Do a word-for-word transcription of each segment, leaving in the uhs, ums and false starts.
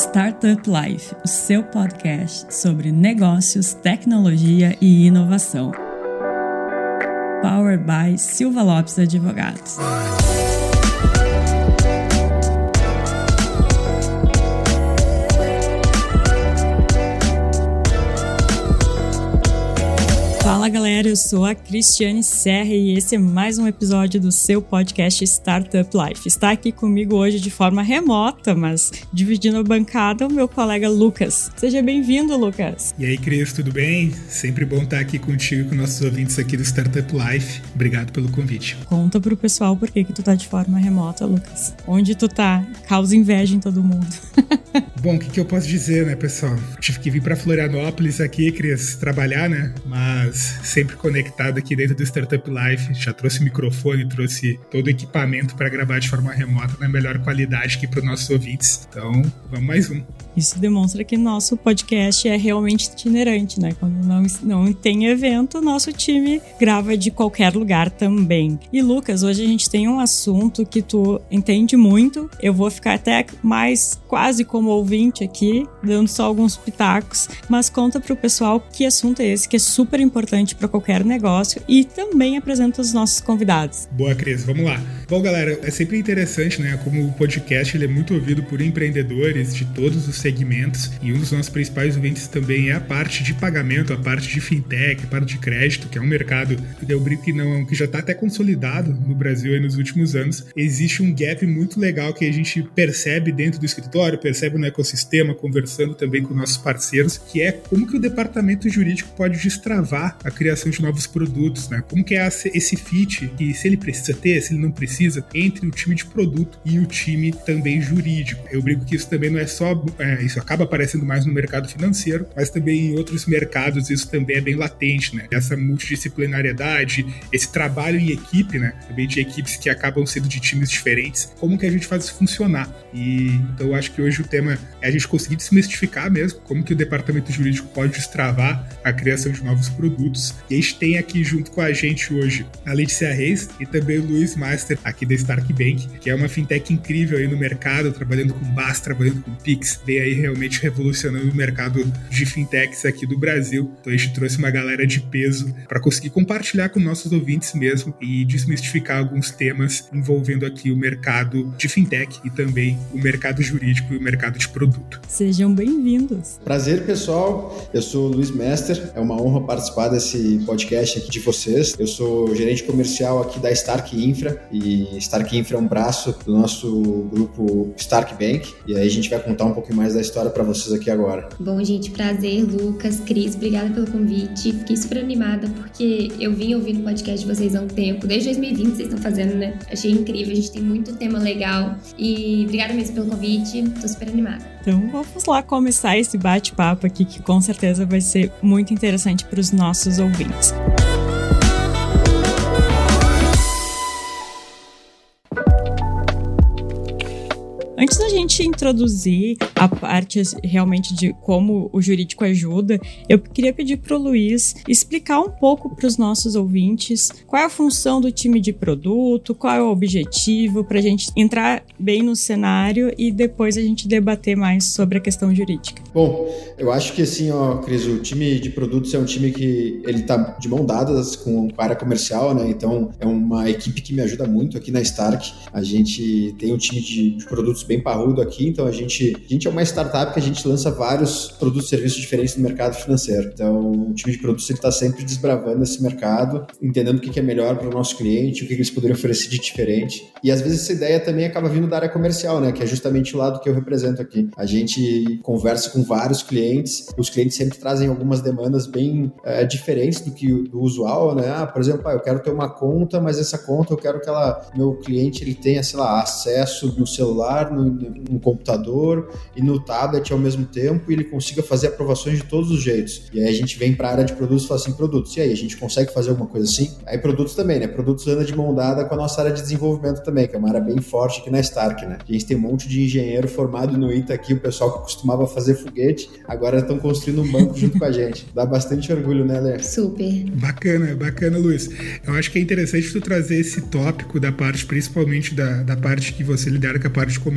Startup Life, o seu podcast sobre negócios, tecnologia e inovação. Powered by Silva Lopes Advogados. Fala galera, eu sou a Cristiane Serra e esse é mais um episódio do seu podcast Startup Life. Está aqui comigo hoje de forma remota, mas dividindo a bancada, o meu colega Lucas. Seja bem-vindo, Lucas. E aí, Cris, tudo bem? Sempre bom estar aqui contigo e com nossos ouvintes aqui do Startup Life. Obrigado pelo convite. Conta pro pessoal por que que tu tá de forma remota, Lucas. Onde tu tá? Causa inveja em todo mundo. Bom, o que, que eu posso dizer, né, pessoal? Tive que vir para Florianópolis aqui, Cris, trabalhar, né? Mas sempre conectado aqui dentro do Startup Life. Já trouxe microfone, trouxe todo o equipamento para gravar de forma remota na melhor qualidade aqui para os nossos ouvintes. Então, vamos mais um. Isso demonstra que nosso podcast é realmente itinerante, né? Quando não, não tem evento, nosso time grava de qualquer lugar também. E Lucas, hoje a gente tem um assunto que tu entende muito. Eu vou ficar até mais quase como ouvinte aqui, dando só alguns pitacos, mas conta pro pessoal que assunto é esse, que é super importante para qualquer negócio, e também apresenta os nossos convidados. Boa, Cris, vamos lá. Bom, galera, é sempre interessante, né, como o podcast ele é muito ouvido por empreendedores de todos os segmentos, e um dos nossos principais ouvintes também é a parte de pagamento, a parte de fintech, a parte de crédito, que é um mercado que eu brinco que, não, que já está até consolidado no Brasil aí nos últimos anos. Existe um gap muito legal que a gente percebe dentro do escritório, percebe no ecossistema, conversando também com nossos parceiros, que é como que o departamento jurídico pode destravar a criação de novos produtos, né? Como que é esse fit, que se ele precisa ter, se ele não precisa, entre o time de produto e o time também jurídico. Eu brinco que isso também não é só, é, isso acaba aparecendo mais no mercado financeiro, mas também em outros mercados isso também é bem latente, né? Essa multidisciplinariedade, esse trabalho em equipe, né? Também de equipes que acabam sendo de times diferentes, como que a gente faz isso funcionar? E então eu acho que hoje o tema é a gente conseguir desmistificar mesmo como que o departamento jurídico pode destravar a criação de novos produtos. E a gente tem aqui junto com a gente hoje a Letícia Reis e também o Luiz Master aqui da Stark Bank, que é uma fintech incrível aí no mercado, trabalhando com B A S, trabalhando com Pix, vem aí realmente revolucionando o mercado de fintechs aqui do Brasil. Então a gente trouxe uma galera de peso para conseguir compartilhar com nossos ouvintes mesmo e desmistificar alguns temas envolvendo aqui o mercado de fintech e também o mercado jurídico e o mercado de produto. Sejam bem-vindos. Prazer, pessoal. Eu sou o Luiz Master. É uma honra participar desse podcast aqui de vocês. Eu sou gerente comercial aqui da Stark Infra, e Stark Infra é um braço do nosso grupo Stark Bank, e aí a gente vai contar um pouquinho mais da história para vocês aqui agora. Bom, gente, prazer, Lucas, Cris, obrigada pelo convite. Fiquei super animada porque eu vim ouvindo o podcast de vocês há um tempo, desde dois mil e vinte vocês estão fazendo, né? Achei incrível, a gente tem muito tema legal e obrigada mesmo pelo convite, tô super animada. Então vamos lá começar esse bate-papo aqui, que com certeza vai ser muito interessante para os nossos ouvintes. Antes da gente introduzir a parte realmente de como o jurídico ajuda, eu queria pedir para o Luiz explicar um pouco para os nossos ouvintes qual é a função do time de produto, qual é o objetivo, para a gente entrar bem no cenário e depois a gente debater mais sobre a questão jurídica. Bom, eu acho que assim, ó, Cris, o time de produtos é um time que ele tá de mão dadas com a área comercial, né? Então é uma equipe que me ajuda muito aqui na Stark. A gente tem um time de, de produtos bem parrudo aqui, então a gente, a gente é uma startup que a gente lança vários produtos e serviços diferentes no mercado financeiro. Então o time de produtos está sempre desbravando esse mercado, entendendo o que, que é melhor para o nosso cliente, o que, que eles poderiam oferecer de diferente. E às vezes essa ideia também acaba vindo da área comercial, né? Que é justamente o lado que eu represento aqui. A gente conversa com vários clientes, os clientes sempre trazem algumas demandas bem é, diferentes do que o do usual, né? Ah, por exemplo, ah, eu quero ter uma conta, mas essa conta eu quero que ela, meu cliente ele tenha, sei lá, acesso no celular, no, no computador e no tablet ao mesmo tempo, e ele consiga fazer aprovações de todos os jeitos. E aí a gente vem para a área de produtos e fala assim, produtos, e aí, a gente consegue fazer alguma coisa assim? Aí produtos também, né? Produtos anda de mão dada com a nossa área de desenvolvimento também, que é uma área bem forte aqui na Stark, né? A gente tem um monte de engenheiro formado no I T A aqui, o pessoal que costumava fazer foguete, agora estão construindo um banco junto com a gente. Dá bastante orgulho, né, Lê? Super. Bacana, bacana, Luiz. Eu acho que é interessante tu trazer esse tópico da parte, principalmente da, da parte que você lidera com a parte comercial,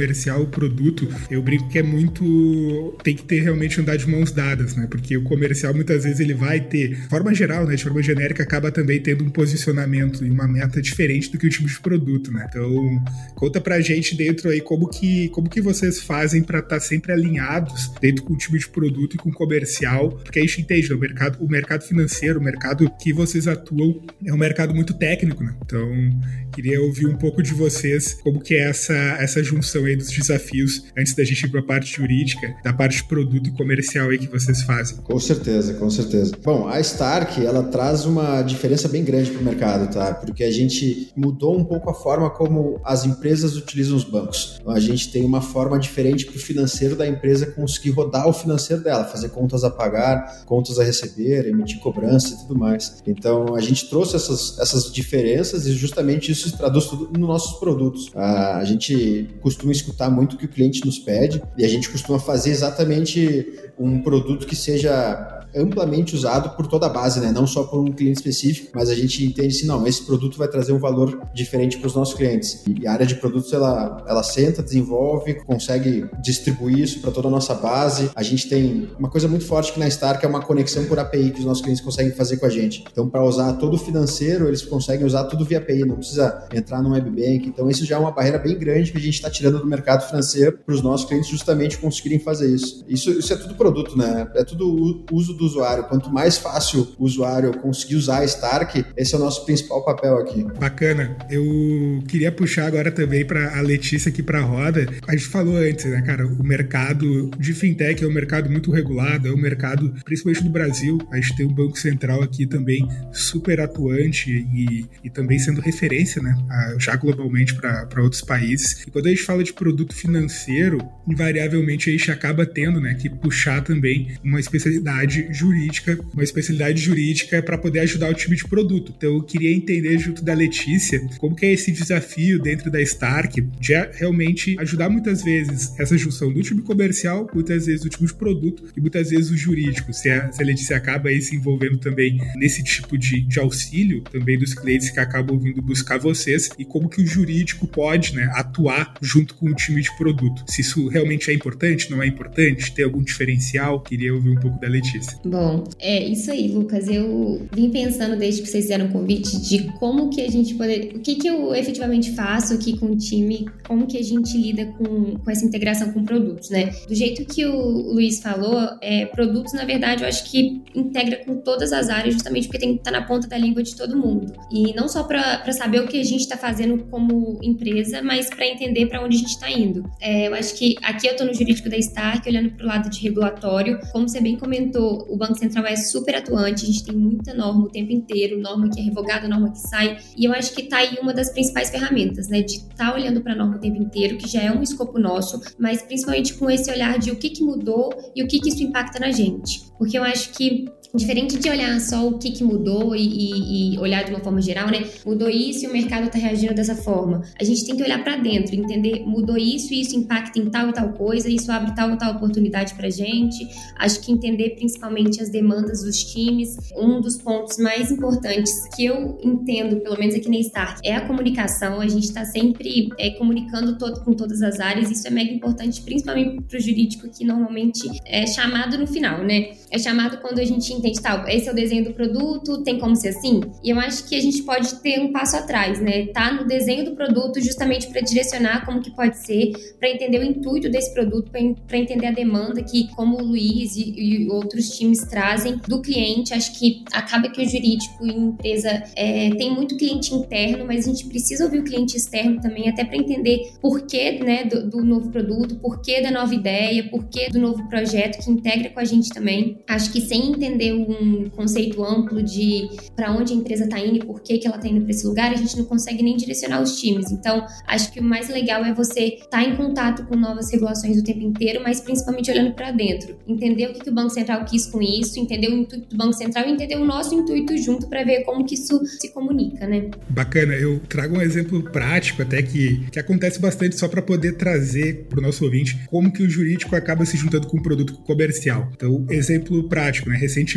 comercial, o produto, eu brinco que é muito... tem que ter realmente andar de mãos dadas, né? Porque o comercial, muitas vezes, ele vai ter, de forma geral, né? De forma genérica, acaba também tendo um posicionamento e uma meta diferente do que o tipo de produto, né? Então, conta pra gente dentro aí como que, como que vocês fazem pra estar sempre alinhados dentro com o tipo de produto e com o comercial, porque a gente entende, né? o, mercado, o mercado financeiro, o mercado que vocês atuam, é um mercado muito técnico, né? Então, queria ouvir um pouco de vocês como que é essa, essa junção aí dos desafios antes da gente ir para a parte jurídica, da parte de produto e comercial aí que vocês fazem. Com certeza, com certeza. Bom, a Stark, ela traz uma diferença bem grande para o mercado, tá? Porque a gente mudou um pouco a forma como as empresas utilizam os bancos. Então, a gente tem uma forma diferente para o financeiro da empresa conseguir rodar o financeiro dela, fazer contas a pagar, contas a receber, emitir cobrança e tudo mais. Então, a gente trouxe essas, essas diferenças e justamente isso se traduz tudo nos nossos produtos. A, a gente costuma escutar muito o que o cliente nos pede e a gente costuma fazer exatamente um produto que seja amplamente usado por toda a base, né? Não só por um cliente específico, mas a gente entende assim, não, esse produto vai trazer um valor diferente para os nossos clientes. E a área de produtos, ela, ela senta, desenvolve, consegue distribuir isso para toda a nossa base. A gente tem uma coisa muito forte aqui na Stark, que é uma conexão por A P I que os nossos clientes conseguem fazer com a gente. Então, para usar todo o financeiro, eles conseguem usar tudo via A P I, não precisa entrar no webbank. Então, isso já é uma barreira bem grande que a gente está tirando do mercado financeiro para os nossos clientes justamente conseguirem fazer isso. Isso, isso é tudo produto, né? É tudo uso do usuário. Quanto mais fácil o usuário conseguir usar a Stark, esse é o nosso principal papel aqui. Bacana. Eu queria puxar agora também para a Letícia aqui para a roda. A gente falou antes, né, cara? O mercado de fintech é um mercado muito regulado, é um mercado, principalmente no Brasil. A gente tem um Banco Central aqui também super atuante e, e também sendo referência, né? Já globalmente para outros países. E quando a gente fala de produto financeiro, invariavelmente a gente acaba tendo, né, que puxar também uma especialidade jurídica, uma especialidade jurídica para poder ajudar o time de produto. Então eu queria entender junto da Letícia como que é esse desafio dentro da Stark de realmente ajudar muitas vezes essa junção do time comercial, muitas vezes do time de produto e muitas vezes o jurídico. Se a, se a Letícia acaba aí se envolvendo também nesse tipo de, de auxílio também dos clientes que acabam vindo buscar vocês e como que o jurídico pode, né, atuar junto com o time de produto. Se isso realmente é importante, não é importante, tem algum diferencial? Queria ouvir um pouco da Letícia. Bom, é isso aí, Lucas. Eu vim pensando desde que vocês fizeram o convite de como que a gente poder... O que que eu efetivamente faço aqui com o time, como que a gente lida com, com essa integração com produtos, né? Do jeito que o Luiz falou, é, produtos, na verdade, eu acho que integra com todas as áreas, justamente porque tem que estar na ponta da língua de todo mundo. E não só para saber o que a gente está fazendo como empresa, mas para entender para onde a gente está indo. É, eu acho que aqui eu estou no jurídico da Stark, olhando para o lado de regulatório. Como você bem comentou, o Banco Central é super atuante, a gente tem muita norma o tempo inteiro, norma que é revogada, norma que sai, e eu acho que tá aí uma das principais ferramentas, né, de estar tá olhando para a norma o tempo inteiro, que já é um escopo nosso, mas principalmente com esse olhar de o que que mudou e o que que isso impacta na gente, porque eu acho que diferente de olhar só o que, que mudou e, e, e olhar de uma forma geral, né? Mudou isso e o mercado está reagindo dessa forma. A gente tem que olhar para dentro, entender, mudou isso e isso impacta em tal e tal coisa, isso abre tal e tal oportunidade para gente. Acho que entender principalmente as demandas dos times. Um dos pontos mais importantes que eu entendo, pelo menos aqui na Stark, é a comunicação. A gente está sempre é, comunicando todo, com todas as áreas. Isso é mega importante, principalmente para o jurídico, que normalmente é chamado no final, né? É chamado quando a gente entende, tal, esse é o desenho do produto, tem como ser assim? E eu acho que a gente pode ter um passo atrás, né? Tá no desenho do produto justamente para direcionar como que pode ser, para entender o intuito desse produto, para entender a demanda que, como o Luiz e, e outros times trazem do cliente. Acho que acaba que o jurídico e empresa é, tem muito cliente interno, mas a gente precisa ouvir o cliente externo também, até para entender porquê, né, do, do novo produto, porquê da nova ideia, porquê do novo projeto que integra com a gente também. Acho que sem entender um conceito amplo de para onde a empresa está indo e por que, que ela está indo para esse lugar, a gente não consegue nem direcionar os times. Então, acho que o mais legal é você estar tá em contato com novas regulações o tempo inteiro, mas principalmente olhando para dentro. Entender o que, que o Banco Central quis com isso, entender o intuito do Banco Central e entender o nosso intuito junto para ver como que isso se comunica, né? Bacana. Eu trago um exemplo prático até que, que acontece bastante só para poder trazer para o nosso ouvinte como que o jurídico acaba se juntando com o produto comercial. Então, exemplo prático, né? Recentemente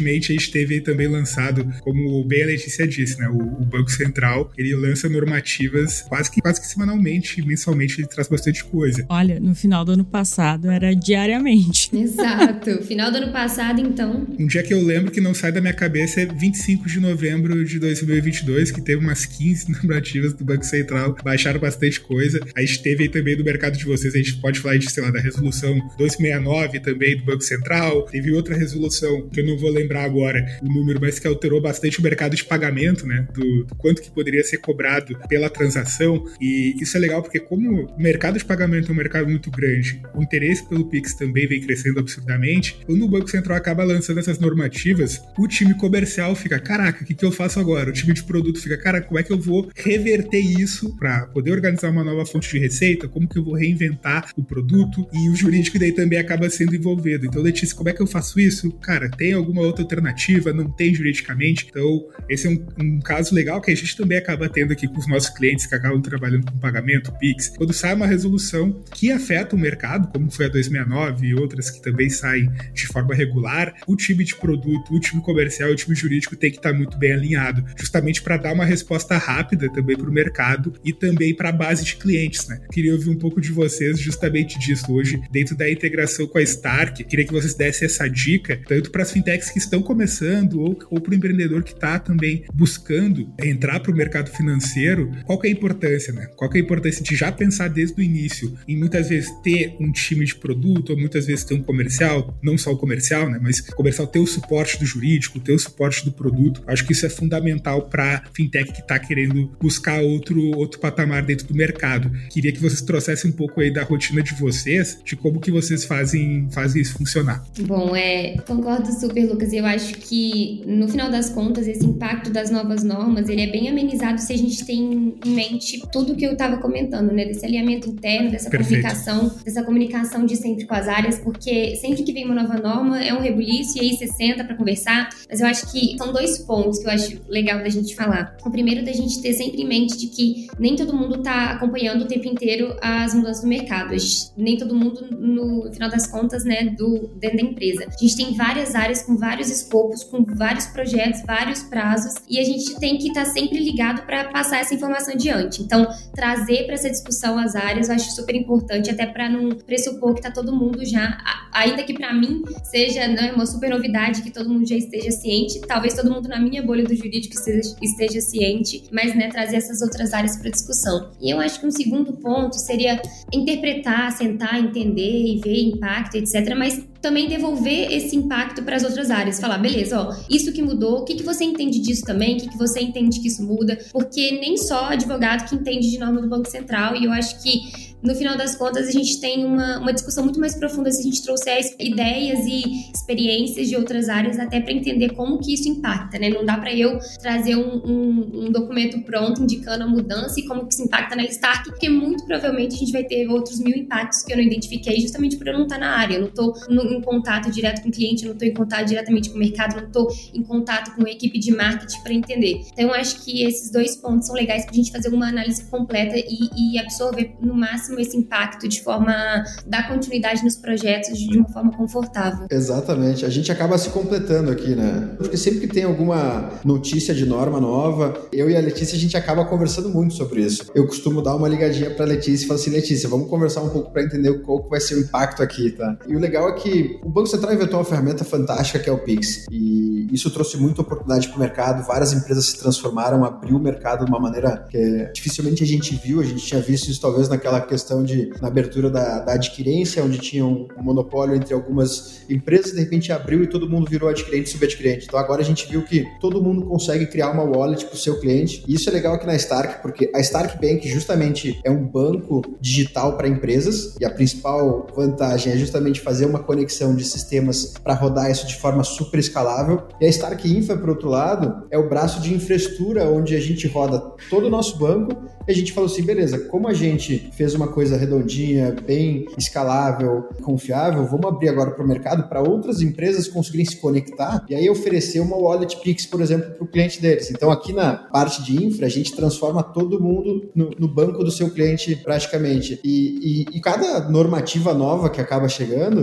recentemente a gente teve também lançado, como bem a Letícia disse, né, o, o Banco Central, ele lança normativas quase que, quase que semanalmente, mensalmente, ele traz bastante coisa. Olha, no final do ano passado era diariamente. Exato. Final do ano passado, então. Um dia que eu lembro que não sai da minha cabeça é vinte e cinco de novembro de dois mil e vinte e dois, que teve umas quinze normativas do Banco Central, baixaram bastante coisa. A gente teve aí também do mercado de vocês, a gente pode falar de, sei lá, da resolução duzentos e sessenta e nove também do Banco Central. Teve outra resolução, que eu não vou lembrar agora o número, mas que alterou bastante o mercado de pagamento, né, do, do quanto que poderia ser cobrado pela transação. E isso é legal porque como o mercado de pagamento é um mercado muito grande, o interesse pelo Pix também vem crescendo absurdamente. Quando o Banco Central acaba lançando essas normativas, o time comercial fica, caraca, o que, que eu faço agora? O time de produto fica, cara, como é que eu vou reverter isso para poder organizar uma nova fonte de receita? Como que eu vou reinventar o produto? E o jurídico daí também acaba sendo envolvido. Então, Letícia, como é que eu faço isso? Cara, tem alguma outra alternativa? Não tem juridicamente? Então, esse é um, um caso legal que a gente também acaba tendo aqui com os nossos clientes que acabam trabalhando com pagamento, Pix. Quando sai uma resolução que afeta o mercado, como foi a duzentos e sessenta e nove e outras que também saem de forma regular, o time de produto, o time comercial e o time jurídico tem que estar muito bem alinhado, justamente para dar uma resposta rápida também para o mercado e também para a base de clientes, né? Queria ouvir um pouco de vocês justamente disso hoje, dentro da integração com a Stark. Queria que vocês dessem essa dica, tanto para as fintechs que estão começando ou, ou para o empreendedor que está também buscando entrar para o mercado financeiro. Qual que é a importância, né? Qual que é a importância de já pensar desde o início em muitas vezes ter um time de produto, ou muitas vezes ter um comercial, não só o comercial, né? Mas o comercial ter o suporte do jurídico, ter o suporte do produto. Acho que isso é fundamental para fintech que está querendo buscar outro, outro patamar dentro do mercado. Queria que vocês trouxessem um pouco aí da rotina de vocês, de como que vocês fazem, fazem isso funcionar. Bom, é, concordo super, Lucas. Eu acho que, no final das contas, esse impacto das novas normas, ele é bem amenizado se a gente tem em mente tudo que eu estava comentando, né? Desse alinhamento interno, dessa Perfeito. comunicação, dessa comunicação de sempre com as áreas, porque sempre que vem uma nova norma é um rebuliço e aí você senta para conversar. Mas eu acho que são dois pontos que eu acho legal da gente falar. O primeiro, da gente ter sempre em mente de que nem todo mundo está acompanhando o tempo inteiro as mudanças do mercado. Gente, nem todo mundo, no final das contas, né, do, dentro da empresa. A gente tem várias áreas com vários escopos, com vários projetos, vários prazos, e a gente tem que estar tá sempre ligado para passar essa informação adiante. Então, trazer para essa discussão as áreas eu acho super importante, até para não pressupor que está todo mundo já, ainda que para mim seja, né, uma super novidade que todo mundo já esteja ciente, talvez todo mundo na minha bolha do jurídico esteja, esteja ciente, mas, né, trazer essas outras áreas para discussão. E eu acho que um segundo ponto seria interpretar, sentar, entender e ver impacto, etcétera, mas também devolver esse impacto para as outras áreas. Falar, beleza, ó, isso que mudou, o que, que você entende disso também? O que, que você entende que isso muda? Porque nem só advogado que entende de norma do Banco Central, e eu acho que no final das contas, a gente tem uma, uma discussão muito mais profunda se a gente trouxer ideias e experiências de outras áreas até para entender como que isso impacta, né? Não dá para eu trazer um, um, um documento pronto indicando a mudança e como que isso impacta na Stark, porque muito provavelmente a gente vai ter outros mil impactos que eu não identifiquei justamente por eu não estar na área. Eu não estou em contato direto com o cliente, eu não estou em contato diretamente com o mercado, eu não estou em contato com a equipe de marketing para entender. Então, eu acho que esses dois pontos são legais para a gente fazer uma análise completa e, e absorver no máximo esse impacto de forma a dar continuidade nos projetos de uma forma confortável. Exatamente. A gente acaba se completando aqui, né? Porque sempre que tem alguma notícia de norma nova, eu e a Letícia, a gente acaba conversando muito sobre isso. Eu costumo dar uma ligadinha pra Letícia e falar assim, Letícia, vamos conversar um pouco para entender qual que vai ser o impacto aqui, tá? E o legal é que o Banco Central inventou uma ferramenta fantástica que é o Pix. E isso trouxe muita oportunidade pro mercado. Várias empresas se transformaram, abriu o mercado de uma maneira que dificilmente a gente viu. A gente tinha visto isso talvez naquela questão de, na abertura da, da adquirência, onde tinha um, um monopólio entre algumas empresas, de repente abriu e todo mundo virou adquirente e subadquirente. Então agora a gente viu que todo mundo consegue criar uma wallet para o seu cliente. E isso é legal aqui na Stark, porque a Stark Bank justamente é um banco digital para empresas e a principal vantagem é justamente fazer uma conexão de sistemas para rodar isso de forma super escalável. E a Stark Infra, por outro lado, é o braço de infraestrutura onde a gente roda todo o nosso banco e a gente falou assim, beleza, como a gente fez uma coisa redondinha, bem escalável, confiável, vamos abrir agora para o mercado para outras empresas conseguirem se conectar e aí oferecer uma wallet Pix, por exemplo, para o cliente deles. Então aqui na parte de infra, a gente transforma todo mundo no, no banco do seu cliente praticamente. E, e, e cada normativa nova que acaba chegando, ela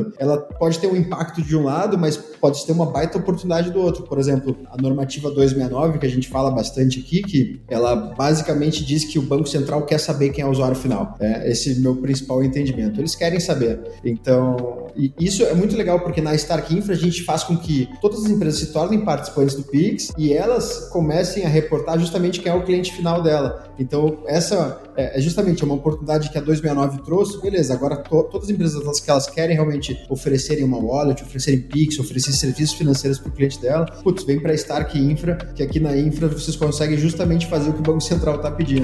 pode ter um impacto de um lado, mas pode ter uma baita oportunidade do outro. Por exemplo, a normativa duzentos e sessenta e nove, que a gente fala bastante aqui, que ela basicamente diz que o Banco Central quer saber quem é o usuário final. É, esse é o meu principal entendimento. Eles querem saber. Então, e isso é muito legal, porque na Stark Infra a gente faz com que todas as empresas se tornem participantes do Pix e elas comecem a reportar justamente quem é o cliente final dela. Então, essa é justamente uma oportunidade que a duzentos e sessenta e nove trouxe. Beleza, agora to, todas as empresas que elas querem realmente oferecerem uma wallet, oferecerem Pix, oferecer serviços financeiros para o cliente dela, putz, vem para a Stark Infra, que aqui na Infra vocês conseguem justamente fazer o que o Banco Central está pedindo.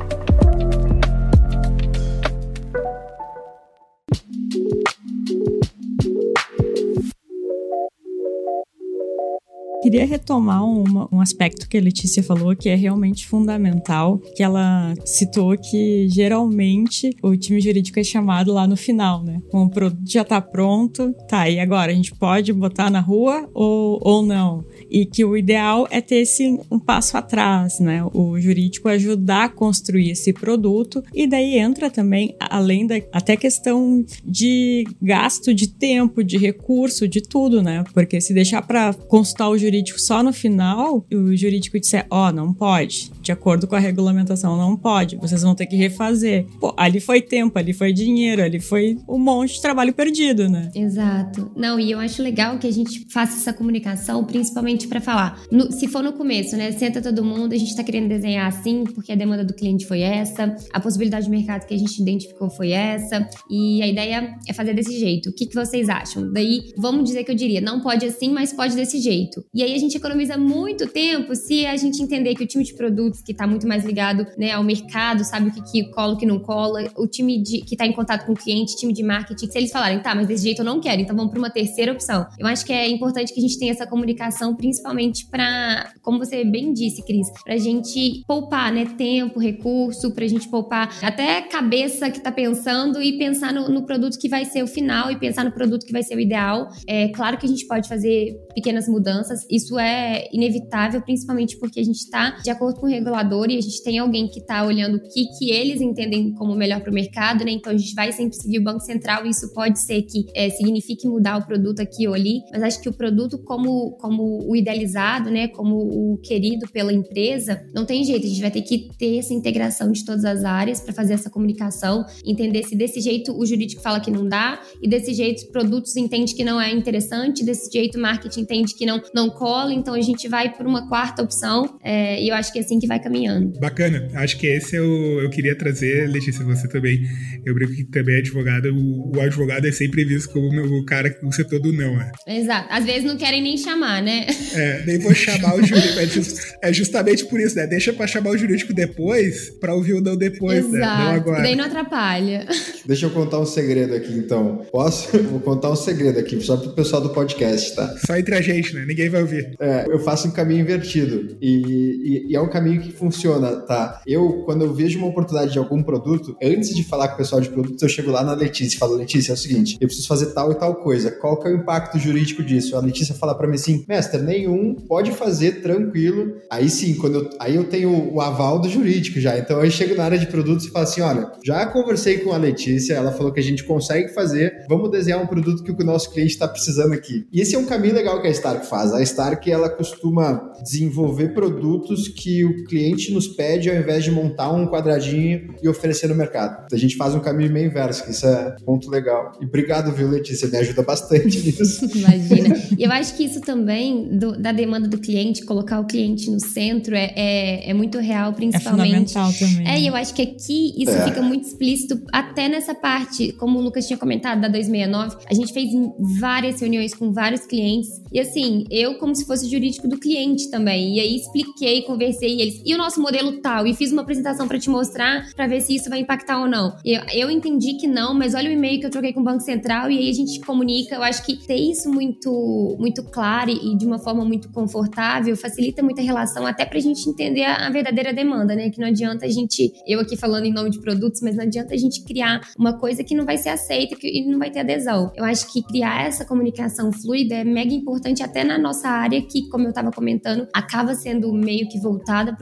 Queria retomar uma, um aspecto que a Letícia falou que é realmente fundamental, que ela citou que geralmente o time jurídico é chamado lá no final, né? Quando o produto já está pronto, tá, e agora a gente pode botar na rua ou, ou não? E que o ideal é ter esse um passo atrás, né? O jurídico ajudar a construir esse produto, e daí entra também, além da até questão de gasto de tempo, de recurso, de tudo, né? Porque se deixar para consultar o jurídico só no final, o jurídico disser, ó, oh, não pode, de acordo com a regulamentação, não pode, vocês vão ter que refazer. Pô, ali foi tempo, ali foi dinheiro, ali foi um monte de trabalho perdido, né? Exato. Não, e eu acho legal que a gente faça essa comunicação, principalmente para falar, no, se for no começo, né, senta todo mundo, a gente tá querendo desenhar assim, porque a demanda do cliente foi essa, a possibilidade de mercado que a gente identificou foi essa, e a ideia é fazer desse jeito. O que, que vocês acham? Daí, vamos dizer que eu diria, não pode assim, mas pode desse jeito. E aí a gente economiza muito tempo se a gente entender que o time de produtos, que está muito mais ligado, né, ao mercado, sabe o que, que cola, o que não cola, o time de, que está em contato com o cliente, time de marketing, se eles falarem, tá, mas desse jeito eu não quero, então vamos para uma terceira opção. Eu acho que é importante que a gente tenha essa comunicação, principalmente para, como você bem disse, Cris, para a gente poupar, né, tempo, recurso, para a gente poupar até cabeça que está pensando e pensar no, no produto que vai ser o final e pensar no produto que vai ser o ideal. É claro que a gente pode fazer pequenas mudanças, isso é inevitável, principalmente porque a gente está de acordo com o regulador e a gente tem alguém que está olhando o que, que eles entendem como melhor para o mercado, né? Então a gente vai sempre seguir o Banco Central e isso pode ser que é, signifique mudar o produto aqui ou ali, mas acho que o produto como, como o idealizado, né? Como o querido pela empresa, não tem jeito, a gente vai ter que ter essa integração de todas as áreas para fazer essa comunicação, entender se desse jeito o jurídico fala que não dá e desse jeito produtos entende que não é interessante, desse jeito o marketing entende que não, não cola, então a gente vai por uma quarta opção é, e eu acho que é assim que vai caminhando. Bacana, acho que esse eu, eu queria trazer, Letícia, você também, eu brinco que também é advogado, o, o advogado é sempre visto como o cara que o setor do não, né? Exato, às vezes não querem nem chamar, né? É, nem vou chamar o jurídico, é, just, é justamente por isso, né? Deixa pra chamar o jurídico depois, pra ouvir o não depois, exato, né? Não agora. Daí não atrapalha. Deixa eu contar um segredo aqui, então. Posso? Vou contar um segredo aqui, só pro pessoal do podcast, tá? Só entre a gente, né? Ninguém vai ouvir. É, eu faço um caminho invertido e, e, e é um caminho que funciona, tá? Eu, quando eu vejo uma oportunidade de algum produto, antes de falar com o pessoal de produtos, eu chego lá na Letícia e falo, Letícia, é o seguinte, eu preciso fazer tal e tal coisa, qual que é o impacto jurídico disso? A Letícia fala pra mim assim, mestre, nenhum, pode fazer tranquilo. Aí sim, quando eu, aí eu tenho o aval do jurídico já, então eu chego na área de produtos e falo assim, olha, já conversei com a Letícia, ela falou que a gente consegue fazer, vamos desenhar um produto que o nosso cliente está precisando aqui. E esse é um caminho legal que a Stark faz. A Stark, ela costuma desenvolver produtos que o cliente nos pede ao invés de montar um quadradinho e oferecer no mercado. A gente faz um caminho meio inverso, que isso é um ponto legal. E obrigado, viu, Letícia? Me ajuda bastante nisso. Imagina. E eu acho que isso também, do, da demanda do cliente, colocar o cliente no centro é, é, é muito real, principalmente. É fundamental também. É, e eu acho que aqui isso é. fica muito explícito até nessa parte, como o Lucas tinha comentado, da duzentos e sessenta e nove, a gente fez várias reuniões com vários clientes e assim, eu como se fosse jurídico do cliente também, e aí expliquei, conversei e eles, e o nosso modelo tal, e fiz uma apresentação pra te mostrar, pra ver se isso vai impactar ou não. Eu, eu entendi que não, mas olha o e-mail que eu troquei com o Banco Central e aí a gente comunica. Eu acho que ter isso muito, muito claro e de uma forma muito confortável facilita muito a relação, até pra gente entender a, a verdadeira demanda, né? Que não adianta a gente, eu aqui falando em nome de produtos, mas não adianta a gente criar uma coisa que não vai ser aceita que, e não vai ter adesão. Eu acho que criar essa comunicação fluida é mega importante até na nossa área, que, como eu estava comentando, acaba sendo meio que voltada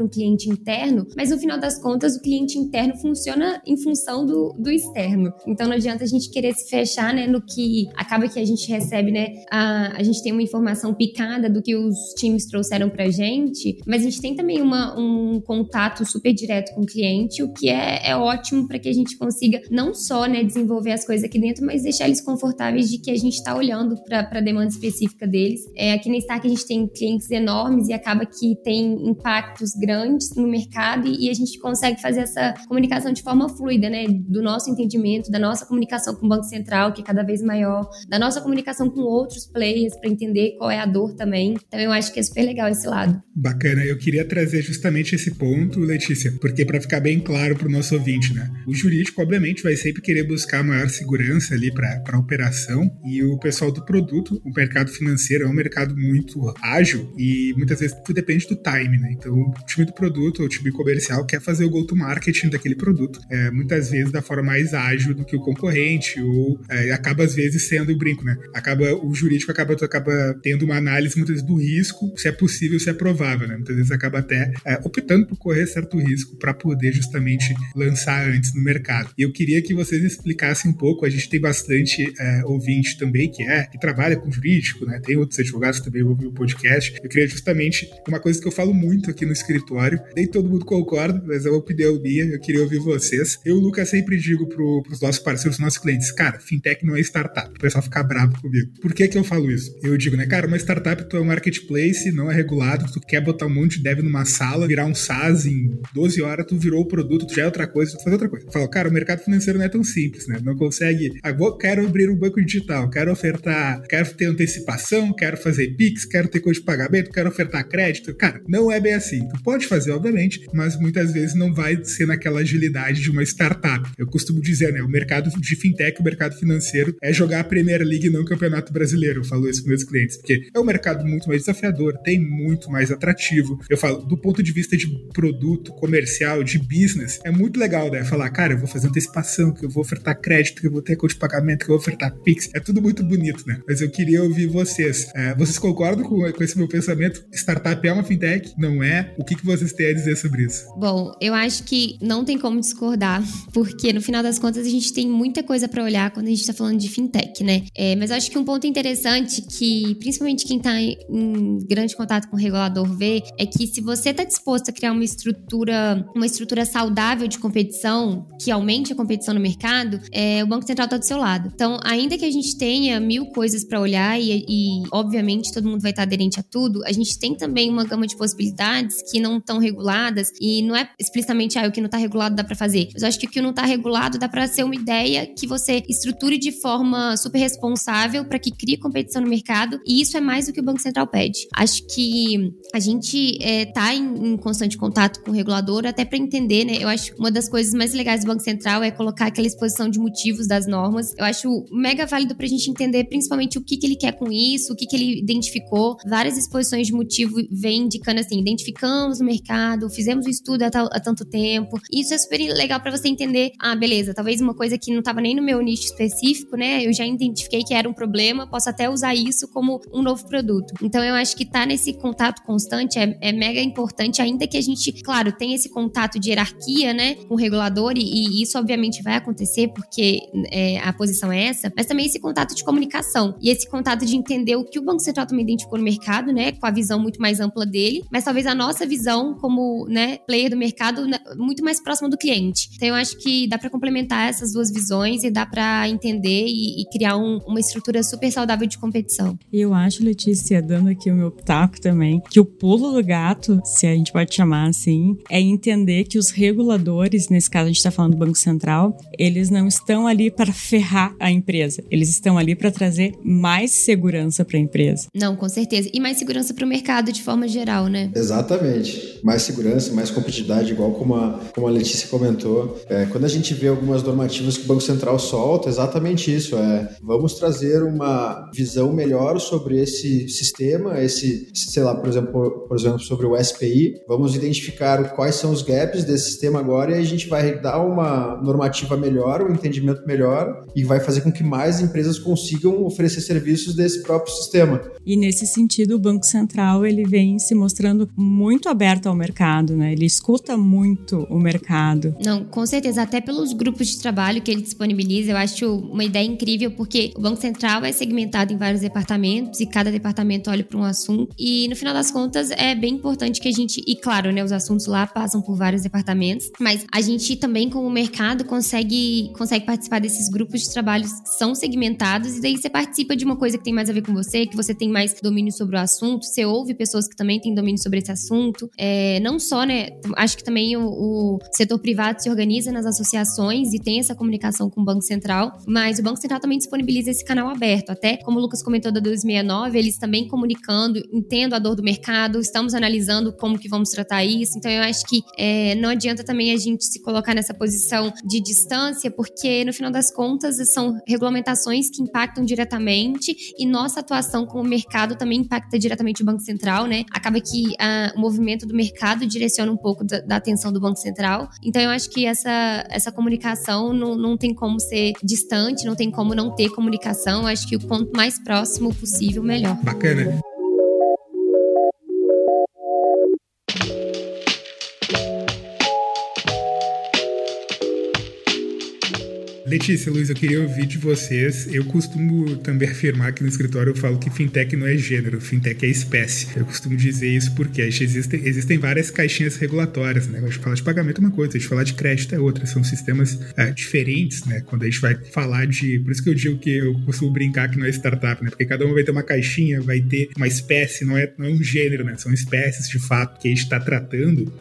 para um cliente interno, mas no final das contas o cliente interno funciona em função do, do externo. Então não adianta a gente querer se fechar, né, no que acaba que a gente recebe, né, a, a gente tem uma informação picada do que os times trouxeram pra gente, mas a gente tem também uma, um contato super direto com o cliente, o que é, é ótimo para que a gente consiga não só, né, desenvolver as coisas aqui dentro, mas deixar eles confortáveis de que a gente está olhando para a demanda específica deles. É, aqui na Stark a gente tem clientes enormes e acaba que tem impactos grandes no mercado e, e a gente consegue fazer essa comunicação de forma fluida, né, do nosso entendimento, da nossa comunicação com o Banco Central, que é cada vez maior, da nossa comunicação com outros players para entender qual é a dor também. Então eu acho que é super legal esse lado. Bacana, eu queria trazer justamente esse ponto, Letícia, porque para ficar bem claro para o nosso ouvinte, né? O jurídico, obviamente, vai sempre querer buscar maior segurança ali para a operação, e o pessoal do produto, o mercado financeiro é um mercado muito ágil e muitas vezes tudo depende do time, né? Então o time do produto ou o time comercial quer fazer o go-to-marketing daquele produto, é, muitas vezes da forma mais ágil do que o concorrente, ou é, acaba às vezes sendo o brinco, né? Acaba, o jurídico acaba, acaba tendo uma análise muitas vezes do risco, se é possível, se é provável, né? Muitas vezes acaba até é, optando por correr certo risco para poder justamente lançar antes no mercado. E eu queria que vocês explicassem um pouco, a gente tem bastante é, ouvinte também que é, que trabalha com jurídico, né? Tem outros advogados que também ouvem o podcast. Eu queria justamente, uma coisa que eu falo muito aqui no escritório, nem todo mundo concorda, mas é uma opinião minha, eu queria ouvir vocês. Eu, Lucas, sempre digo pro, pros nossos parceiros, pros nossos clientes, cara, fintech não é startup. O pessoal fica bravo comigo. Por que que eu falo isso? Eu digo, né, cara, uma startup, tu é um marketplace, não é regulado, tu quer botar um monte de dev numa sala, virar um SaaS em doze horas, tu virou o produto, tu já é outra coisa, tu faz outra coisa. Eu falo, cara, o mercado financeiro não é tão simples, né? Não consegue, ah, vou, quero abrir um banco digital, quero ofertar, quero ter antecipação, quero fazer Pix, quero ter coisa de pagamento, quero ofertar crédito. Cara, não é bem assim. Tu pode fazer, obviamente, mas muitas vezes não vai ser naquela agilidade de uma startup. Eu costumo dizer, né, o mercado de fintech, o mercado financeiro é jogar a Premier League, não o Campeonato Brasileiro. Eu falo isso para meus clientes, porque é um mercado muito mais desafiador, tem muito mais atrativo. Eu falo, do ponto de vista de produto, comercial, de business, é muito legal, né? Falar, cara, eu vou fazer antecipação, que eu vou ofertar crédito, que eu vou ter conta de pagamento, que eu vou ofertar Pix. É tudo muito bonito, né? Mas eu queria ouvir vocês. É, vocês concordam com, com esse meu pensamento? Startup é uma fintech? Não é? O que, que vocês têm a dizer sobre isso? Bom, eu acho que não tem como discordar, porque no final das contas a gente tem muita coisa para olhar quando a gente tá falando de fintech, né? É, mas eu acho que um ponto interessante que, principalmente quem tá em, em grande contato com o regulador vê, é que se você tá disposto a criar uma estrutura, uma estrutura saudável de competição, que aumente a competição no mercado, é, o Banco Central tá do seu lado. Então, ainda que a gente tenha mil coisas para olhar e, e, obviamente, todo mundo vai estar aderente a tudo, a gente tem também uma gama de possibilidades que não estão reguladas e não é explicitamente, ah, o que não tá regulado dá para fazer. Mas eu acho que o que não tá regulado dá para ser uma ideia que você estruture de forma super responsável para que crie competição no mercado, e isso é mais do que o Banco Central pede. Acho que a gente é, tá em, em constante contato com o regulador até para entender, né? Eu acho que uma das coisas mais legais do Banco Central é colocar aquela exposição de motivos das normas. Eu acho mega válido pra gente entender principalmente o que, que ele quer com isso, o que, que ele identificou. Várias exposições de motivo vêm indicando assim, identificamos o mercado, fizemos o estudo há, tal, há tanto tempo. Isso é super legal pra você entender, ah, beleza, talvez uma coisa que não tava nem no meu nicho específico, né? Eu já identifiquei que era um problema, posso até usar isso como um novo produto. Então eu acho que tá nesse contato constante é, é mega importante, ainda que a gente, claro, tenha esse contato de hierarquia, né, com o regulador, e, e isso obviamente vai acontecer porque é, a posição é essa, mas também esse contato de comunicação e esse contato de entender o que o Banco Central também identificou no mercado, né, com a visão muito mais ampla dele, mas talvez a nossa visão como, né, player do mercado muito mais próxima do cliente. Então eu acho que dá para complementar essas duas visões e dá para entender e, e criar um, uma estrutura super saudável de competição. E eu acho, Letícia, dando aqui o meu pitaco também, que o pulo do gato, se a gente pode chamar assim, é entender que os reguladores, nesse caso a gente está falando do Banco Central, eles não estão ali para ferrar a empresa, eles estão ali para trazer mais segurança para a empresa. Não, com certeza. E mais segurança para o mercado de forma geral, né? Exatamente. Mais segurança, mais competitividade, igual como a, como a Letícia comentou. É, quando a gente vê algumas normativas que o Banco Central solta, é exatamente isso. É, vamos trazer uma visão melhor sobre esse sistema, esse, sei lá, por exemplo, por exemplo, sobre o S P I. Vamos identificar quais são os gaps desse sistema agora e a gente vai dar uma normativa melhor, um entendimento melhor e vai fazer com que mais empresas consigam oferecer serviços desse próprio sistema. E nesse sentido, o Banco Central ele vem se mostrando muito aberto aberto ao mercado, né? Ele escuta muito o mercado. Não, com certeza. Até pelos grupos de trabalho que ele disponibiliza, eu acho uma ideia incrível, porque o Banco Central é segmentado em vários departamentos e cada departamento olha para um assunto. E, no final das contas, é bem importante que a gente... E, claro, né, os assuntos lá passam por vários departamentos, mas a gente também, como mercado, consegue, consegue participar desses grupos de trabalho que são segmentados, e daí você participa de uma coisa que tem mais a ver com você, que você tem mais domínio sobre o assunto, você ouve pessoas que também têm domínio sobre esse assunto. É, não só, né, acho que também o, o setor privado se organiza nas associações e tem essa comunicação com o Banco Central, mas o Banco Central também disponibiliza esse canal aberto. Até, como o Lucas comentou da duzentos e sessenta e nove, eles também comunicando, entendo a dor do mercado, estamos analisando como que vamos tratar isso. Então, eu acho que é, não adianta também a gente se colocar nessa posição de distância, porque, no final das contas, são regulamentações que impactam diretamente e nossa atuação como mercado também impacta diretamente o Banco Central, né? Acaba que a, o movimento do mercado direciona um pouco da, da atenção do Banco Central. Então, eu acho que essa, essa comunicação não, não tem como ser distante, não tem como não ter comunicação. Eu acho que o quanto mais próximo possível, melhor. Bacana. Letícia, Luiz, eu queria ouvir de vocês. Eu costumo também afirmar que no escritório eu falo que fintech não é gênero, fintech é espécie. Eu costumo dizer isso porque existem, existem várias caixinhas regulatórias, né? A gente fala de pagamento é uma coisa, a gente fala de crédito é outra. São sistemas é, diferentes, né? Quando a gente vai falar de... Por isso que eu digo que eu costumo brincar que não é startup, né? Porque cada um vai ter uma caixinha, vai ter uma espécie, não é, não é um gênero, né? São espécies, de fato, que a gente está tratando.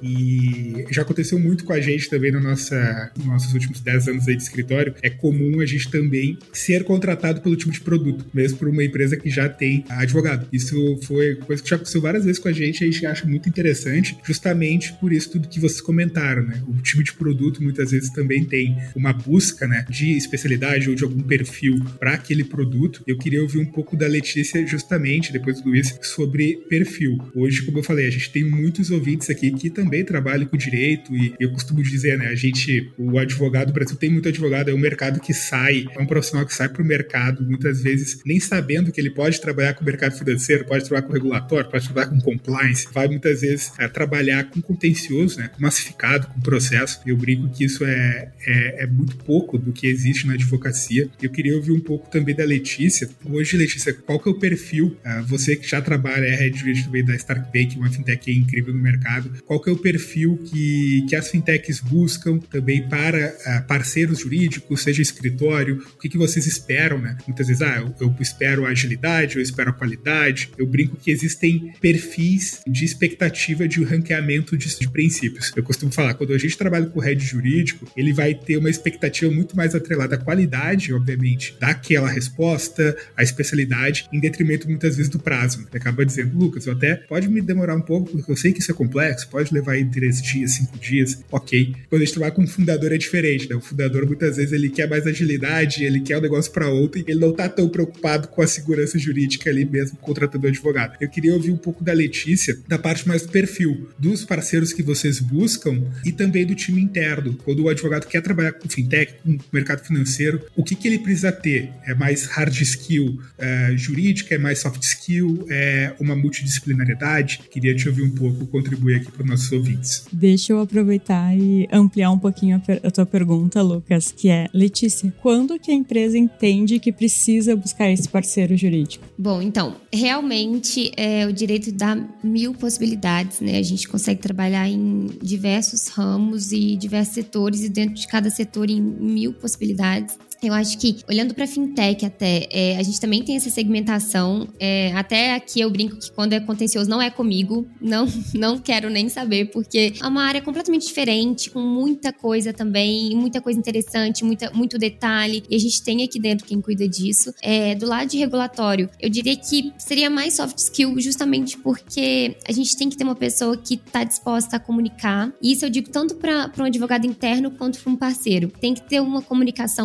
E já aconteceu muito com a gente também na nossa, nos nossos últimos dez anos aí de escritório. É comum a gente também ser contratado pelo tipo de produto, mesmo por uma empresa que já tem advogado. Isso foi coisa que já aconteceu várias vezes com a gente, a gente acha muito interessante, justamente por isso tudo que vocês comentaram, né? O time de produto muitas vezes também tem uma busca, né, de especialidade ou de algum perfil para aquele produto. Eu queria ouvir um pouco da Letícia, justamente, depois do Luiz, sobre perfil. Hoje, como eu falei, a gente tem muitos ouvintes aqui que também trabalham com direito e eu costumo dizer, né, a gente, o advogado, o Brasil tem muito advogado, é um mercado que sai, é um profissional que sai para o mercado, muitas vezes nem sabendo que ele pode trabalhar com o mercado financeiro, pode trabalhar com regulatório, pode trabalhar com compliance, vai muitas vezes é, trabalhar com contencioso, né, com massificado, com processo. Eu brinco que isso é, é, é muito pouco do que existe na advocacia. Eu queria ouvir um pouco também da Letícia. Hoje, Letícia, qual que é o perfil, uh, você que já trabalha, é head jurídico também da Stark Bank, uma fintech incrível no mercado, qual que é o perfil que, que as fintechs buscam também para uh, parceiros jurídicos, seja escritório, o que, que vocês esperam, né? Muitas vezes, ah, eu, eu espero a agilidade, eu espero a qualidade. Eu brinco que existem perfis de expectativa de ranqueamento de, de princípios. Eu costumo falar, quando a gente trabalha com o head jurídico, ele vai ter uma expectativa muito mais atrelada à qualidade, obviamente, daquela resposta, à especialidade, em detrimento muitas vezes do prazo. Ele acaba dizendo, Lucas, eu até pode me demorar um pouco, porque eu sei que isso é complexo, pode levar aí três dias, cinco dias, ok. Quando a gente trabalha com um fundador é diferente, né? O fundador muitas vezes ele quer mais agilidade, ele quer o negócio para ontem, ele não tá tão preocupado com a segurança jurídica ali mesmo, contratando um advogado. Eu queria ouvir um pouco da Letícia, da parte mais do perfil, dos parceiros que vocês buscam e também do time interno. Quando o advogado quer trabalhar com fintech, com mercado financeiro, o que, que ele precisa ter? É mais hard skill é, jurídica, é mais soft skill, é uma multidisciplinariedade? Queria te ouvir um pouco, contribuir aqui para os nossos ouvintes. Deixa eu aproveitar e ampliar um pouquinho a, per- a tua pergunta, Lucas, que é, Letícia, quando que a empresa entende que precisa buscar esse parceiro jurídico? Bom, então, realmente é, o direito dá mil possibilidades, né? A gente consegue trabalhar em diversos ramos e diversos setores e dentro de cada setor em mil possibilidades. Eu acho que, olhando para fintech até, é, a gente também tem essa segmentação. É, até aqui eu brinco que quando é contencioso não é comigo. Não, não quero nem saber, porque é uma área completamente diferente, com muita coisa também, muita coisa interessante, muita, muito detalhe. E a gente tem aqui dentro quem cuida disso. É, do lado de regulatório, eu diria que seria mais soft skill, justamente porque a gente tem que ter uma pessoa que está disposta a comunicar. E isso eu digo tanto para um advogado interno quanto para um parceiro. Tem que ter uma comunicação fluida,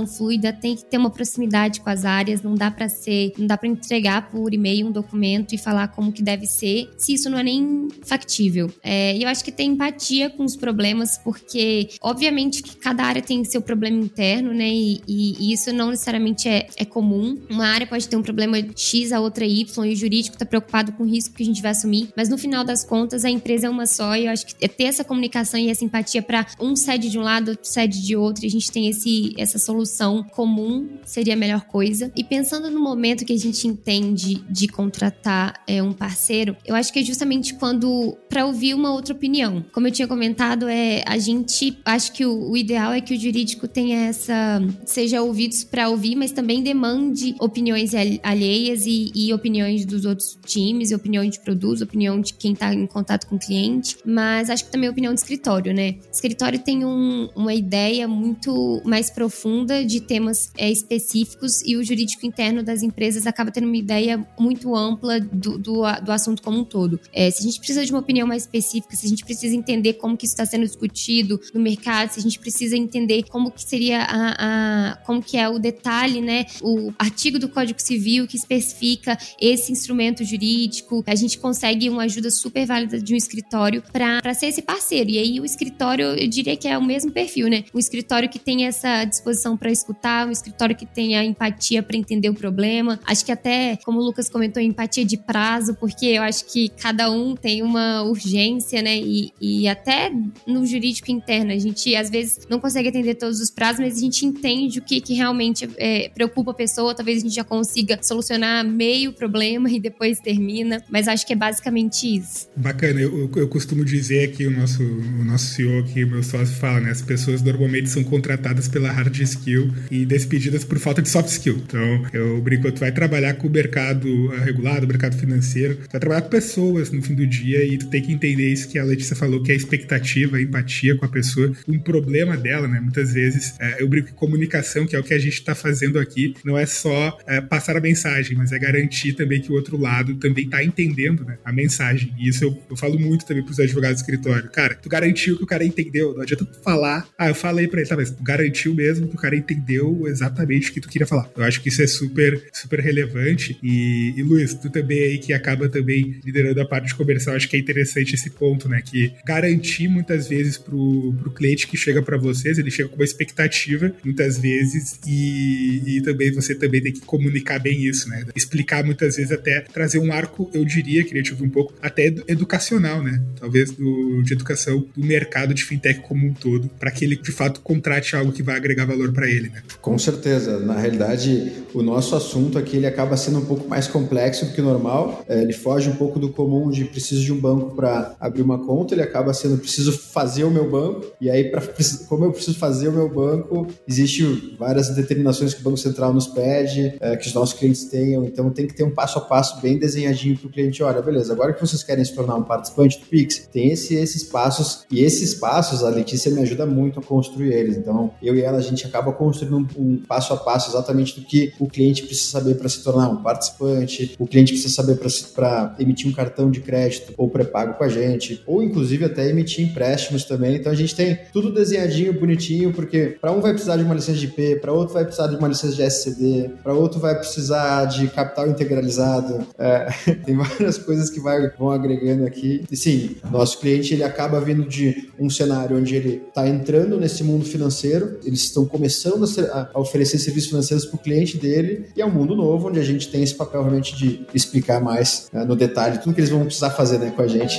ainda tem que ter uma proximidade com as áreas, não dá para ser, não dá para entregar por e-mail um documento e falar como que deve ser, se isso não é nem factível. É, e eu acho que tem empatia com os problemas, porque obviamente que cada área tem seu problema interno, né, e, e, e isso não necessariamente é, é comum. Uma área pode ter um problema X, a outra Y, e o jurídico tá preocupado com o risco que a gente vai assumir, mas no final das contas a empresa é uma só, e eu acho que é ter essa comunicação e essa empatia para um cede de um lado, outro cede de outro, e a gente tem esse, essa solução comum, seria a melhor coisa. E pensando no momento que a gente entende de contratar é, um parceiro, eu acho que é justamente quando, para ouvir uma outra opinião. Como eu tinha comentado, é, a gente, acho que o, o ideal é que o jurídico tenha essa, seja ouvidos para ouvir, mas também demande opiniões alheias e, e opiniões dos outros times, e opiniões de produtos, opinião de quem está em contato com o cliente, mas acho que também opinião de escritório, né? O escritório tem um, uma ideia muito mais profunda de temas é, específicos, e o jurídico interno das empresas acaba tendo uma ideia muito ampla do, do, do assunto como um todo. É, se a gente precisa de uma opinião mais específica, se a gente precisa entender como que isso está sendo discutido no mercado, se a gente precisa entender como que seria a, a como que é o detalhe, né? O artigo do Código Civil que especifica esse instrumento jurídico, a gente consegue uma ajuda super válida de um escritório para ser esse parceiro. E aí o escritório, eu diria que é o mesmo perfil, né? Um escritório que tem essa disposição para escutar, um escritório que tem a empatia para entender o problema. Acho que até, como o Lucas comentou, empatia de prazo, porque eu acho que cada um tem uma urgência, né? E, e até no jurídico interno, a gente às vezes não consegue atender todos os prazos, mas a gente entende o que, que realmente é, preocupa a pessoa. Talvez a gente já consiga solucionar meio problema e depois termina, mas acho que é basicamente isso. Bacana, eu, eu costumo dizer que o nosso, o nosso C E O, que o meu sócio fala, né? As pessoas normalmente são contratadas pela hard skill e despedidas por falta de soft skill. Então, eu brinco, tu vai trabalhar com o mercado regulado, o mercado financeiro, tu vai trabalhar com pessoas no fim do dia, e tu tem que entender isso que a Letícia falou, que é a expectativa, a empatia com a pessoa, um problema dela, né? Muitas vezes, é, eu brinco que comunicação, que é o que a gente tá fazendo aqui, não é só é, passar a mensagem, mas é garantir também que o outro lado também tá entendendo, né, a mensagem. E isso eu, eu falo muito também pros advogados do escritório. Cara, tu garantiu que o cara entendeu, não adianta tu falar, ah, eu falei pra ele, tá, mas tu garantiu mesmo que o cara entendeu exatamente o que tu queria falar. Eu acho que isso é super, super relevante. E, e Luiz, tu também aí que acaba também liderando a parte comercial, acho que é interessante esse ponto, né, que garantir muitas vezes pro, pro cliente que chega pra vocês, ele chega com uma expectativa, muitas vezes, e, e também você também tem que comunicar bem isso, né, explicar muitas vezes, até trazer um arco, eu diria, queria te ouvir um pouco, até educacional, né, talvez do, de educação do mercado de fintech como um todo, para que ele de fato contrate algo que vai agregar valor para ele, né? Com certeza, na realidade o nosso assunto aqui ele acaba sendo um pouco mais complexo do que o normal, é, ele foge um pouco do comum de preciso de um banco para abrir uma conta, ele acaba sendo preciso fazer o meu banco, e aí pra, como eu preciso fazer o meu banco, existe várias determinações que o Banco Central nos pede, é, que os nossos clientes tenham, então tem que ter um passo a passo bem desenhadinho para o cliente. Olha, beleza, agora que vocês querem se tornar um participante do Pix, tem esse, esses passos, e esses passos a Letícia me ajuda muito a construir eles. Então eu e ela, a gente acaba construindo um, um passo a passo exatamente do que o cliente precisa saber para se tornar um participante, o cliente precisa saber para emitir um cartão de crédito ou pré-pago com a gente, ou inclusive até emitir empréstimos também. Então a gente tem tudo desenhadinho, bonitinho, porque para um vai precisar de uma licença de I P, para outro vai precisar de uma licença de S C D, para outro vai precisar de capital integralizado. É, tem várias coisas que vai, vão agregando aqui. E sim, nosso cliente ele acaba vindo de um cenário onde ele está entrando nesse mundo financeiro, eles estão começando a, ser, a oferecer serviços financeiros para o cliente dele, e é um mundo novo onde a gente tem esse papel realmente de explicar mais uh, no detalhe tudo que eles vão precisar fazer, né, com a gente.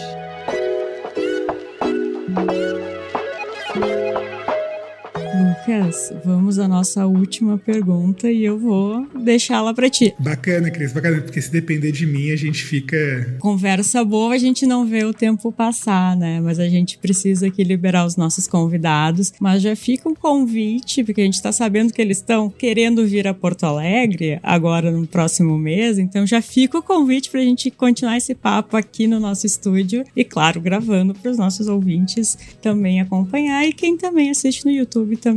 Lucas, vamos à nossa última pergunta e eu vou deixá-la pra ti. Bacana, Cris, bacana, porque se depender de mim, a gente fica... Conversa boa, a gente não vê o tempo passar, né? Mas a gente precisa aqui liberar os nossos convidados, mas já fica um convite, porque a gente tá sabendo que eles estão querendo vir a Porto Alegre agora no próximo mês, então já fica o convite pra gente continuar esse papo aqui no nosso estúdio e, claro, gravando pros nossos ouvintes também acompanhar, e quem também assiste no YouTube também ver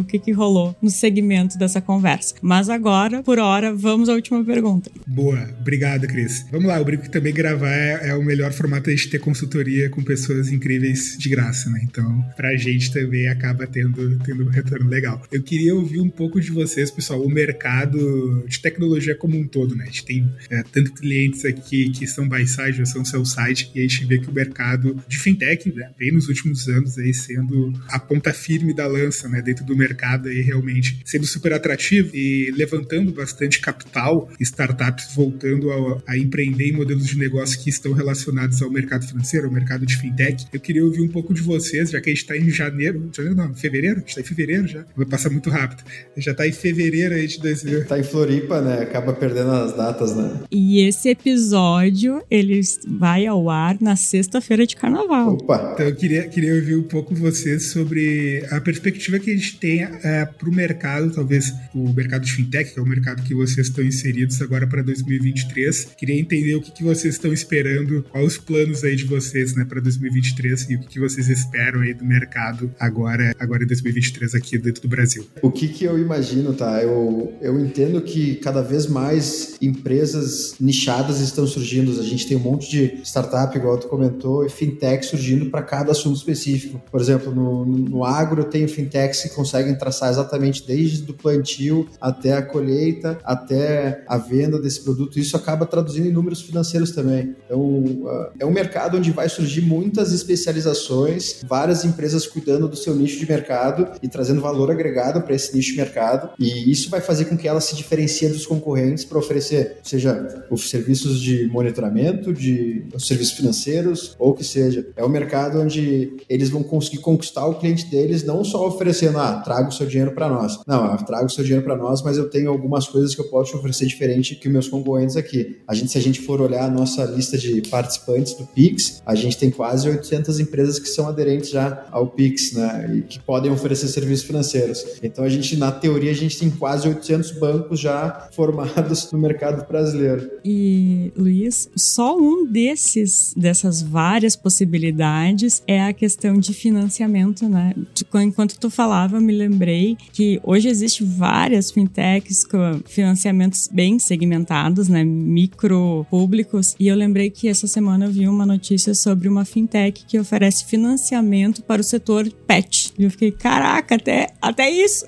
o que, que rolou no segmento dessa conversa. Mas agora, por hora, vamos à última pergunta. Boa, obrigado, Cris. Vamos lá, eu brinco que também gravar é, é o melhor formato de ter consultoria com pessoas incríveis de graça, né? Então, pra gente também acaba tendo, tendo um retorno legal. Eu queria ouvir um pouco de vocês, pessoal, o mercado de tecnologia como um todo, né? A gente tem é, tanto clientes aqui que são buy-side ou são sell-side, e a gente vê que o mercado de fintech, né, vem nos últimos anos aí sendo a ponta firme da lança, né, dentro do mercado aí realmente sendo super atrativo e levantando bastante capital, startups voltando a, a empreender em modelos de negócio que estão relacionados ao mercado financeiro, ao mercado de fintech. Eu queria ouvir um pouco de vocês, já que a gente está em janeiro, janeiro não, fevereiro? A gente está em fevereiro já, vai passar muito rápido. Já está em fevereiro aí de dois mil. Tá em Floripa, né? Acaba perdendo as datas, né? E esse episódio, ele vai ao ar na sexta-feira de carnaval. Opa! Então eu queria, queria ouvir um pouco vocês sobre a perspectiva que a gente tem é, para o mercado, talvez o mercado de fintech, que é o mercado que vocês estão inseridos agora para dois mil e vinte e três. Queria entender o que, que vocês estão esperando, quais os planos aí de vocês, né, para dois mil e vinte e três e o que, que vocês esperam aí do mercado agora, agora em dois mil e vinte e três aqui dentro do Brasil. O que, que eu imagino, tá? Eu, eu entendo que cada vez mais empresas nichadas estão surgindo. A gente tem um monte de startup, igual tu comentou, e fintech surgindo para cada assunto específico. Por exemplo, no, no agro eu tenho fintechs que conseguem traçar exatamente desde o plantio até a colheita, até a venda desse produto. Isso acaba traduzindo em números financeiros também. Então, uh, é um mercado onde vai surgir muitas especializações, várias empresas cuidando do seu nicho de mercado e trazendo valor agregado para esse nicho de mercado. E isso vai fazer com que ela se diferencie dos concorrentes para oferecer, seja os serviços de monitoramento, de os serviços financeiros, ou que seja. É um mercado onde eles vão conseguir conquistar o cliente deles, não só oferecendo, ah, traga o seu dinheiro para nós. Não, ah, traga o seu dinheiro para nós, mas eu tenho algumas coisas que eu posso te oferecer diferente que meus concorrentes aqui. A gente, se a gente for olhar a nossa lista de participantes do Pix, a gente tem quase oitocentas empresas que são aderentes já ao Pix, né, e que podem oferecer serviços financeiros. Então, a gente, na teoria, a gente tem quase oitocentos bancos já formados no mercado brasileiro. E, Luiz, só um desses, dessas várias possibilidades é a questão de financiamento, né? Enquanto tu falava, eu me lembrei que hoje existe várias fintechs com financiamentos bem segmentados, né? Micro públicos. E eu lembrei que essa semana eu vi uma notícia sobre uma fintech que oferece financiamento para o setor pet. E eu fiquei, caraca, até, até isso!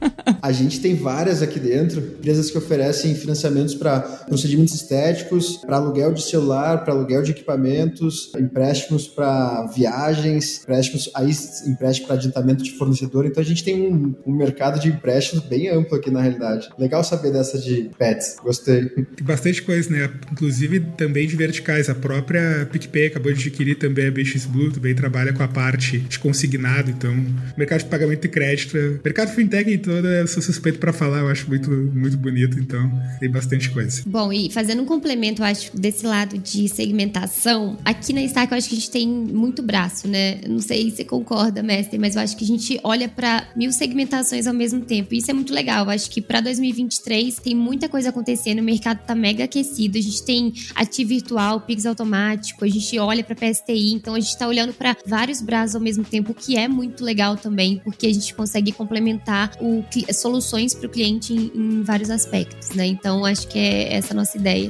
A gente tem várias aqui dentro, empresas que oferecem financiamentos para procedimentos estéticos, para aluguel de celular, para aluguel de equipamentos, empréstimos para viagens, empréstimos, aí, empréstimo para adiantamento de fornecedor. Então a gente tem um, um mercado de empréstimos bem amplo aqui na realidade. Legal saber dessa de pets, gostei. Tem bastante coisa, né? Inclusive também de verticais. A própria PicPay acabou de adquirir também a B X Blue, também trabalha com a parte de consignado, então mercado de pagamento e crédito, mercado fintech em toda, eu sou suspeito para falar, eu acho muito, muito bonito, então tem bastante coisa. Bom, e fazendo um complemento, eu acho, desse lado de segmentação, aqui na Stark eu acho que a gente tem muito braço, né? Não sei se você concorda, mestre, mas eu acho que a gente olha para mil segmentações ao mesmo tempo, e isso é muito legal. Eu acho que para dois mil e vinte e três tem muita coisa acontecendo, o mercado tá mega aquecido, a gente tem ativo virtual, Pix automático, a gente olha para P S T I, então a gente tá olhando para vários braços ao mesmo tempo, o que é muito legal também, porque a gente consegue complementar o, soluções para o cliente em, em vários aspectos, né? Então acho que é essa a nossa ideia.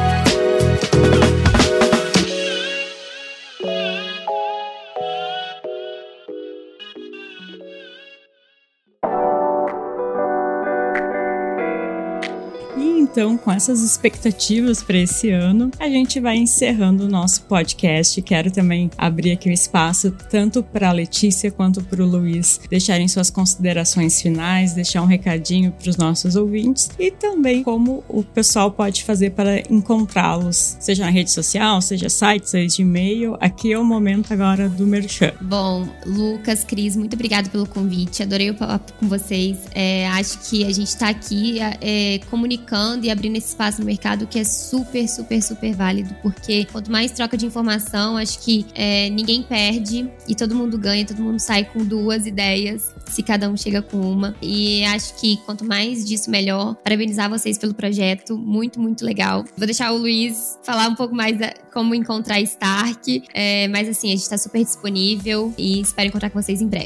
Então, com essas expectativas para esse ano, a gente vai encerrando o nosso podcast. Quero também abrir aqui um espaço tanto para a Letícia quanto para o Luiz deixarem suas considerações finais, deixar um recadinho para os nossos ouvintes e também como o pessoal pode fazer para encontrá-los, seja na rede social, seja site, seja e-mail. Aqui é o momento agora do merchan. Bom, Lucas, Cris, muito obrigada pelo convite. Adorei o papo com vocês. É, acho que a gente está aqui é, comunicando e abrindo esse espaço no mercado que é super, super, super válido, porque quanto mais troca de informação, acho que é, ninguém perde e todo mundo ganha, todo mundo sai com duas ideias, se cada um chega com uma. E acho que quanto mais disso, melhor. Parabenizar vocês pelo projeto, muito, muito legal. Vou deixar o Luiz falar um pouco mais da, como encontrar Stark, é, mas assim, a gente tá super disponível e espero encontrar com vocês em breve.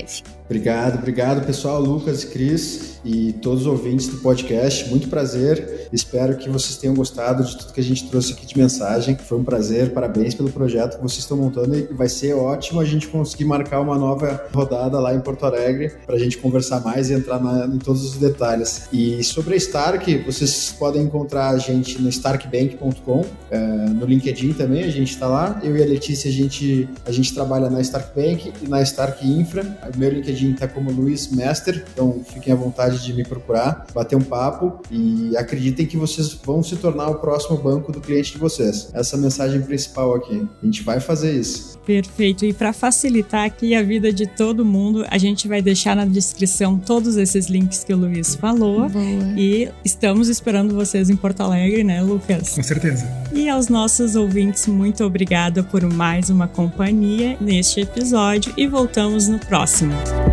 Obrigado, obrigado pessoal, Lucas e Cris e todos os ouvintes do podcast, muito prazer, espero que vocês tenham gostado de tudo que a gente trouxe aqui de mensagem, foi um prazer, parabéns pelo projeto que vocês estão montando e vai ser ótimo a gente conseguir marcar uma nova rodada lá em Porto Alegre para a gente conversar mais e entrar na, em todos os detalhes. E sobre a Stark, vocês podem encontrar a gente no stark bank ponto com, é, no LinkedIn também, a gente está lá, eu e a Letícia, a gente, a gente trabalha na Stark Bank e na Stark Infra, o meu LinkedIn está como Luiz Mester, então fiquem à vontade de me procurar, bater um papo e acreditem que vocês vão se tornar o próximo banco do cliente de vocês. Essa é a mensagem principal aqui. A gente vai fazer isso. Perfeito. E para facilitar aqui a vida de todo mundo, a gente vai deixar na descrição todos esses links que o Luiz falou. Boa. E estamos esperando vocês em Porto Alegre, né, Lucas? Com certeza. E aos nossos ouvintes, muito obrigada por mais uma companhia neste episódio e voltamos no próximo.